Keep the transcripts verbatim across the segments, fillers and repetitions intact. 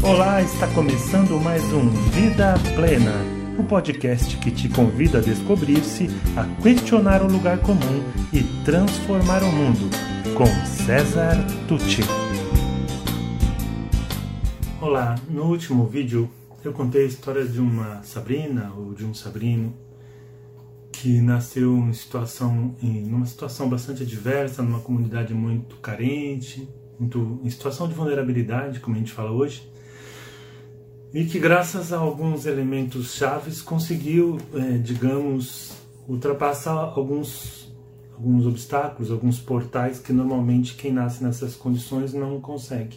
Olá, está começando mais um Vida Plena, o podcast que te convida a descobrir-se, a questionar o lugar comum e transformar o mundo, com César Tucci. Olá, no último vídeo eu contei a história de uma Sabrina ou de um Sabrino que nasceu em situação, em uma situação bastante adversa, numa comunidade muito carente, muito, em situação de vulnerabilidade, como a gente fala hoje, e que graças a alguns elementos chaves conseguiu, é, digamos, ultrapassar alguns, alguns obstáculos, alguns portais que normalmente quem nasce nessas condições não consegue,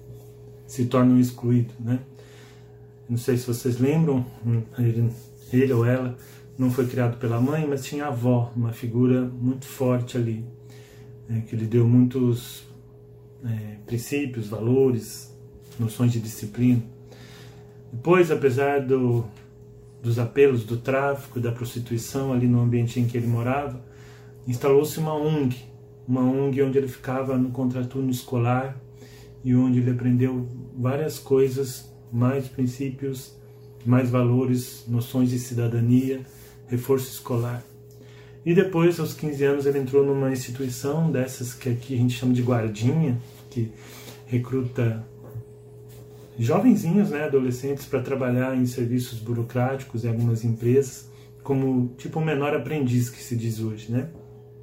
se torna um excluído, né? Não sei se vocês lembram, ele, ele ou ela não foi criado pela mãe, mas tinha a avó, uma figura muito forte ali, é, que lhe deu muitos é, princípios, valores, noções de disciplina. Depois, apesar do, dos apelos do tráfico, da prostituição ali no ambiente em que ele morava, instalou-se uma O N G, uma O N G onde ele ficava no contraturno escolar e onde ele aprendeu várias coisas, mais princípios, mais valores, noções de cidadania, reforço escolar. E depois, aos quinze anos, ele entrou numa instituição dessas que aqui a gente chama de guardinha, que recruta jovenzinhos, né, adolescentes, para trabalhar em serviços burocráticos em algumas empresas, como tipo um menor aprendiz, que se diz hoje, né?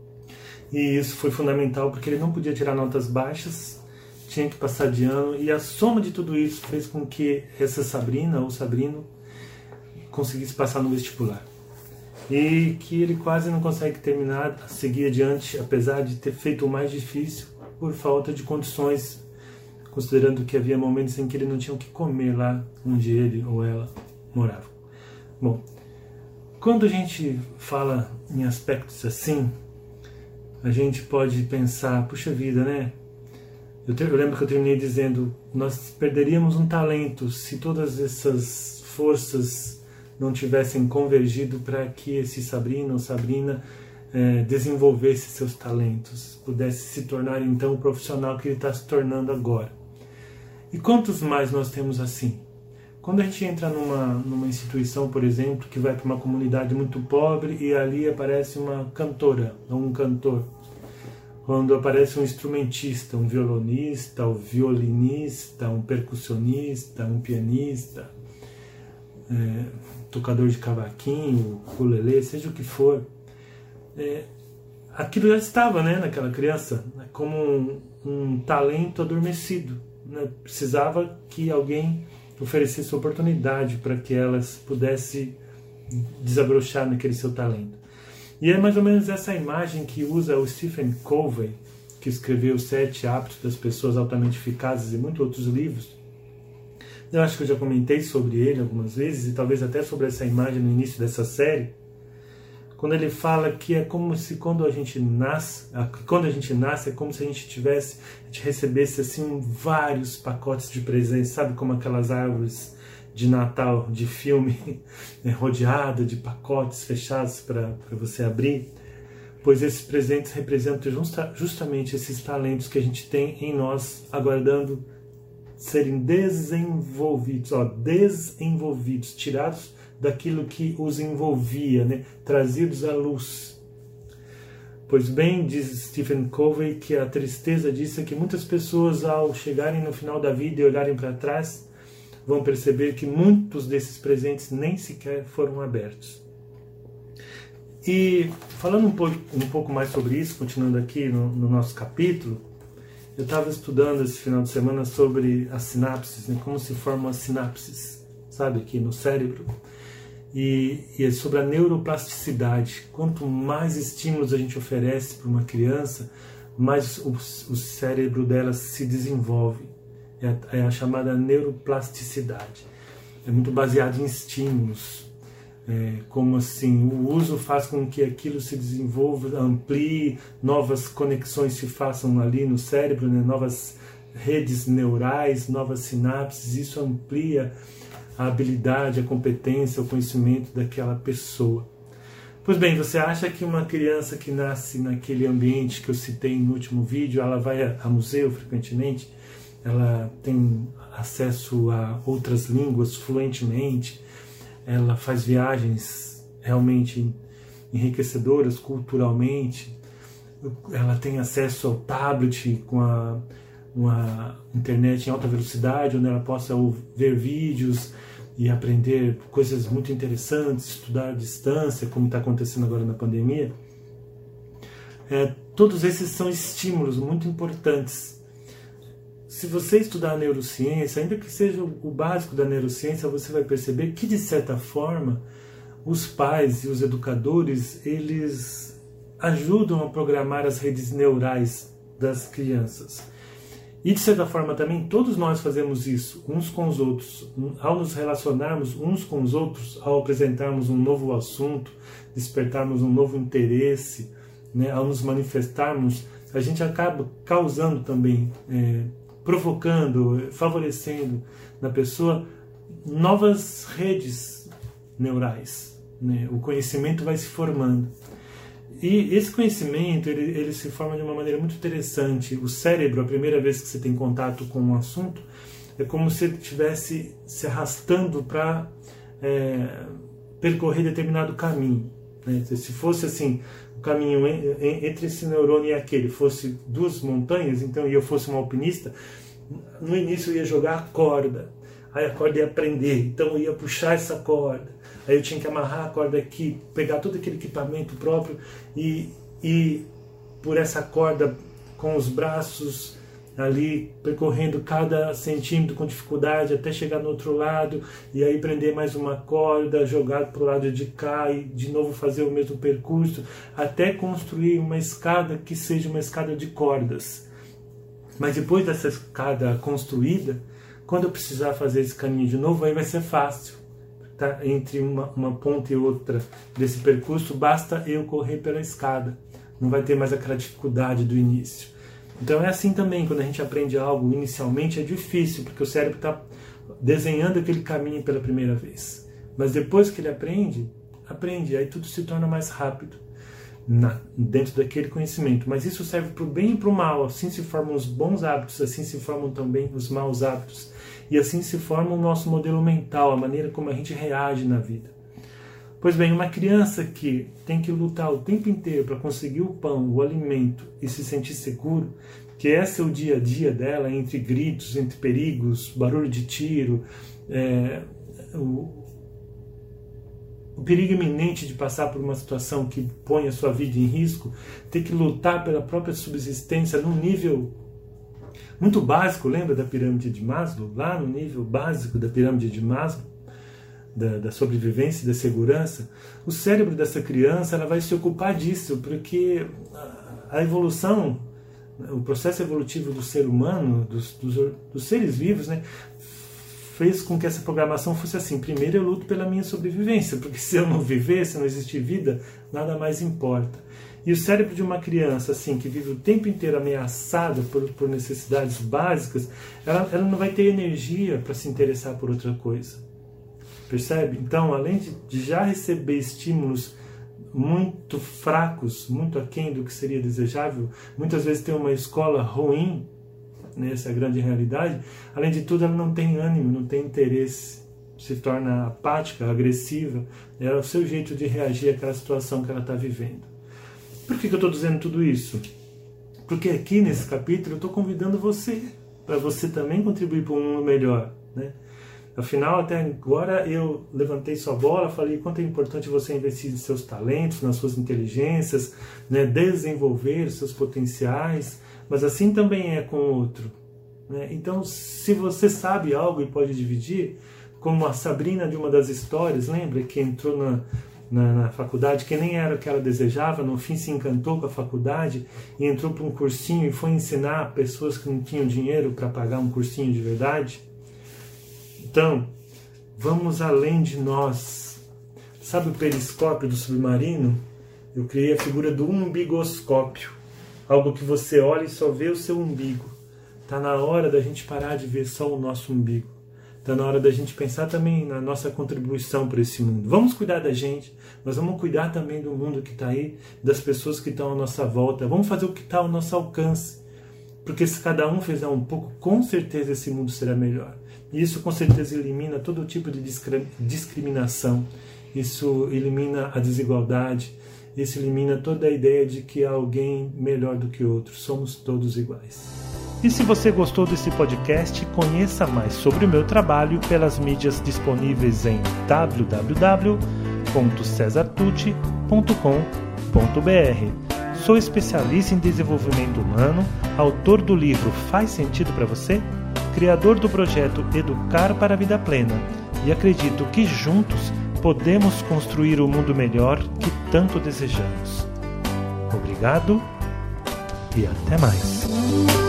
E isso foi fundamental porque ele não podia tirar notas baixas, tinha que passar de ano, e a soma de tudo isso fez com que essa Sabrina ou Sabrino conseguisse passar no vestibular. E que ele quase não consegue terminar, seguir adiante, apesar de ter feito o mais difícil, por falta de condições, considerando que havia momentos em que ele não tinha o que comer lá onde ele ou ela morava. Bom, quando a gente fala em aspectos assim, a gente pode pensar, puxa vida, né? Eu, te, eu lembro que eu terminei dizendo, nós perderíamos um talento se todas essas forças não tivessem convergido para que esse Sabrina ou Sabrina é, desenvolvesse seus talentos, pudesse se tornar então o profissional que ele está se tornando agora. E quantos mais nós temos assim? Quando a gente entra numa, numa instituição, por exemplo, que vai para uma comunidade muito pobre e ali aparece uma cantora ou um cantor, quando aparece um instrumentista, um violonista, um violinista, um percussionista, um pianista, é, tocador de cavaquinho, ukulele, seja o que for, é, aquilo já estava, né, naquela criança, como um, um talento adormecido. Né? Precisava que alguém oferecesse oportunidade para que elas pudessem desabrochar naquele seu talento. E é mais ou menos essa imagem que usa o Stephen Covey, que escreveu Sete Hábitos das Pessoas Altamente Eficazes e muitos outros livros. Eu acho que eu já comentei sobre ele algumas vezes, e talvez até sobre essa imagem no início dessa série, quando ele fala que é como se quando a gente nasce, quando a gente nasce é como se a gente tivesse, a gente recebesse assim vários pacotes de presentes, sabe, como aquelas árvores de Natal de filme, rodeada de pacotes fechados para você abrir, pois esses presentes representam justa, justamente esses talentos que a gente tem em nós, aguardando serem desenvolvidos, ó, desenvolvidos, tirados daquilo que os envolvia, né? Trazidos à luz. Pois bem, diz Stephen Covey, que a tristeza disso é que muitas pessoas, ao chegarem no final da vida e olharem para trás, vão perceber que muitos desses presentes nem sequer foram abertos. E falando um pouco, um pouco mais sobre isso, continuando aqui no, no nosso capítulo, eu estava estudando esse final de semana sobre as sinapses, né? Como se formam as sinapses, sabe, aqui no cérebro. E, e é sobre a neuroplasticidade. Quanto mais estímulos a gente oferece para uma criança, mais o, o cérebro dela se desenvolve. É a, é a chamada neuroplasticidade. É muito baseado em estímulos. É, como assim, o uso faz com que aquilo se desenvolva, amplie, novas conexões se façam ali no cérebro, né? Novas redes neurais, novas sinapses, isso amplia a habilidade, a competência, o conhecimento daquela pessoa. Pois bem, você acha que uma criança que nasce naquele ambiente que eu citei no último vídeo, ela vai a museu frequentemente? Ela tem acesso a outras línguas fluentemente, ela faz viagens realmente enriquecedoras culturalmente, ela tem acesso ao tablet com a, uma internet em alta velocidade, onde ela possa ver vídeos e aprender coisas muito interessantes, estudar à distância, como está acontecendo agora na pandemia. É, todos esses são estímulos muito importantes. Se você estudar a neurociência, ainda que seja o básico da neurociência, você vai perceber que, de certa forma, os pais e os educadores, eles ajudam a programar as redes neurais das crianças. E, de certa forma, também todos nós fazemos isso, uns com os outros. Ao nos relacionarmos uns com os outros, ao apresentarmos um novo assunto, despertarmos um novo interesse, né, ao nos manifestarmos, a gente acaba causando também, é, provocando, favorecendo na pessoa novas redes neurais, né? O conhecimento vai se formando. E esse conhecimento, ele, ele se forma de uma maneira muito interessante. O cérebro, a primeira vez que você tem contato com um assunto, é como se ele estivesse se arrastando para é, percorrer determinado caminho, né? Se fosse assim, o caminho entre esse neurônio e aquele fosse duas montanhas, então e eu fosse um alpinista, no início eu ia jogar a corda, aí a corda ia prender, então eu ia puxar essa corda, aí eu tinha que amarrar a corda aqui, pegar todo aquele equipamento próprio e, e por essa corda com os braços ali percorrendo cada centímetro com dificuldade até chegar no outro lado, e aí prender mais uma corda, jogar para o lado de cá e de novo fazer o mesmo percurso, até construir uma escada que seja uma escada de cordas. Mas depois dessa escada construída, quando eu precisar fazer esse caminho de novo, aí vai ser fácil. Tá? Entre uma, uma ponta e outra desse percurso, basta eu correr pela escada. Não vai ter mais aquela dificuldade do início. Então é assim também, quando a gente aprende algo inicialmente é difícil, porque o cérebro está desenhando aquele caminho pela primeira vez. Mas depois que ele aprende, aprende, aí tudo se torna mais rápido na, dentro daquele conhecimento. Mas isso serve para o bem e para o mal. Assim se formam os bons hábitos, assim se formam também os maus hábitos. E assim se forma o nosso modelo mental, a maneira como a gente reage na vida. Pois bem, uma criança que tem que lutar o tempo inteiro para conseguir o pão, o alimento e se sentir seguro, que esse é o dia a dia dela, entre gritos, entre perigos, barulho de tiro, é, o, o perigo iminente de passar por uma situação que põe a sua vida em risco, ter que lutar pela própria subsistência num nível muito básico, lembra da pirâmide de Maslow? Lá no nível básico da pirâmide de Maslow, Da, da sobrevivência e da segurança, o cérebro dessa criança ela vai se ocupar disso, porque a evolução, o processo evolutivo do ser humano, dos, dos, dos seres vivos, né, fez com que essa programação fosse assim: primeiro eu luto pela minha sobrevivência, porque se eu não viver, se não existir vida, nada mais importa. E o cérebro de uma criança assim que vive o tempo inteiro ameaçada por, por necessidades básicas, ela, ela não vai ter energia para se interessar por outra coisa. Percebe? Então, além de, de já receber estímulos muito fracos, muito aquém do que seria desejável, muitas vezes tem uma escola ruim, né, essa é a grande realidade, além de tudo ela não tem ânimo, não tem interesse, se torna apática, agressiva, é o seu jeito de reagir àquela situação que ela está vivendo. Por que, que eu estou dizendo tudo isso? Porque aqui nesse capítulo eu estou convidando você, para você também contribuir para um mundo melhor, né? Afinal, até agora eu levantei sua bola, falei quanto é importante você investir em seus talentos, nas suas inteligências, né, desenvolver seus potenciais, mas assim também é com o outro, né? Então, se você sabe algo e pode dividir, como a Sabrina de uma das histórias, lembra que entrou na, na, na faculdade, que nem era o que ela desejava, no fim se encantou com a faculdade e entrou para um cursinho e foi ensinar pessoas que não tinham dinheiro para pagar um cursinho de verdade. Então, vamos além de nós. Sabe o periscópio do submarino? Eu criei a figura do umbigoscópio. Algo que você olha e só vê o seu umbigo. Está na hora da gente parar de ver só o nosso umbigo. Está na hora da gente pensar também na nossa contribuição para esse mundo. Vamos cuidar da gente, mas vamos cuidar também do mundo que está aí, das pessoas que estão à nossa volta. Vamos fazer o que está ao nosso alcance. Porque se cada um fizer um pouco, com certeza esse mundo será melhor. E isso com certeza elimina todo tipo de discriminação, isso elimina a desigualdade, isso elimina toda a ideia de que há alguém melhor do que outro, somos todos iguais. E se você gostou desse podcast, conheça mais sobre o meu trabalho pelas mídias disponíveis em w w w ponto cesar tucci ponto com ponto b r. Sou especialista em desenvolvimento humano, autor do livro Faz Sentido para Você? Criador do projeto Educar para a Vida Plena, e acredito que juntos podemos construir o mundo melhor que tanto desejamos. Obrigado e até mais.